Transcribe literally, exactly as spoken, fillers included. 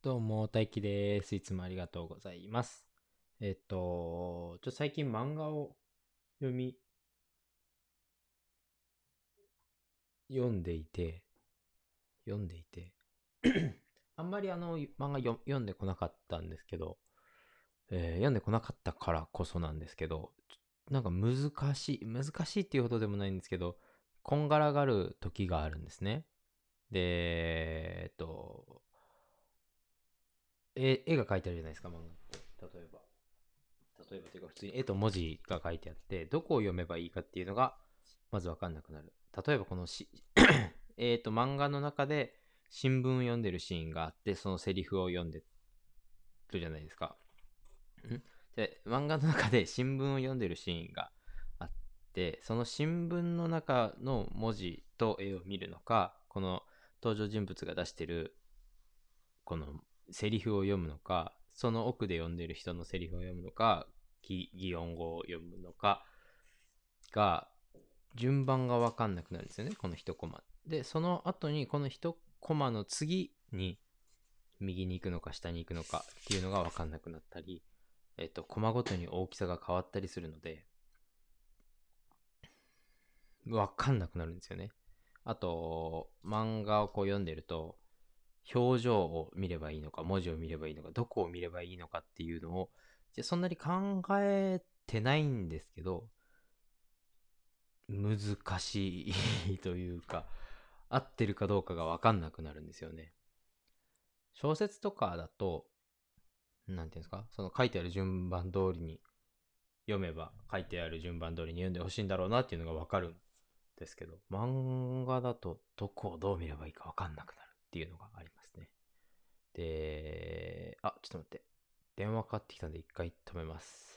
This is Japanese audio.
どうも、大輝です。いつもありがとうございます。えっと、ちょ、最近漫画を読み、読んでいて、読んでいて、あんまりあの、漫画読読んでこなかったんですけど、えー読んでこなかったからこそなんですけど、なんか難しい、難しいっていうほどでもないんですけど、こんがらがる時があるんですね。で、えっと、絵絵が描いてあるじゃないですか、漫画って。例えば。例えばというか普通に絵と文字が書いてあってどこを読めばいいかっていうのがまず分かんなくなる。例えばこのしえっと漫画の中で新聞を読んでるシーンがあってそのセリフを読んでるじゃないですか。んで漫画の中で新聞を読んでるシーンがあってその新聞の中の文字と絵を見るのかこの登場人物が出してるこのセリフを読むのかその奥で読んでる人のセリフを読むのか擬音語を読むのかが順番が分かんなくなるんですよねこの一コマで。その後にこの一コマの次に右に行くのか下に行くのかっていうのが分かんなくなったり、えっとコマごとに大きさが変わったりするので分かんなくなるんですよね。あと漫画をこう読んでると表情を見ればいいのか文字を見ればいいのかどこを見ればいいのかっていうのをじゃそんなに考えてないんですけど難しいというか合ってるかどうかが分かんなくなるんですよね。小説とかだとなんていうんですかその書いてある順番通りに読めば書いてある順番通りに読んでほしいんだろうなっていうのが分かるんですけど漫画だとどこをどう見ればいいか分かんなくなるっていうのがありますね。で、あ、ちょっと待って。電話かかってきたんで一回止めます。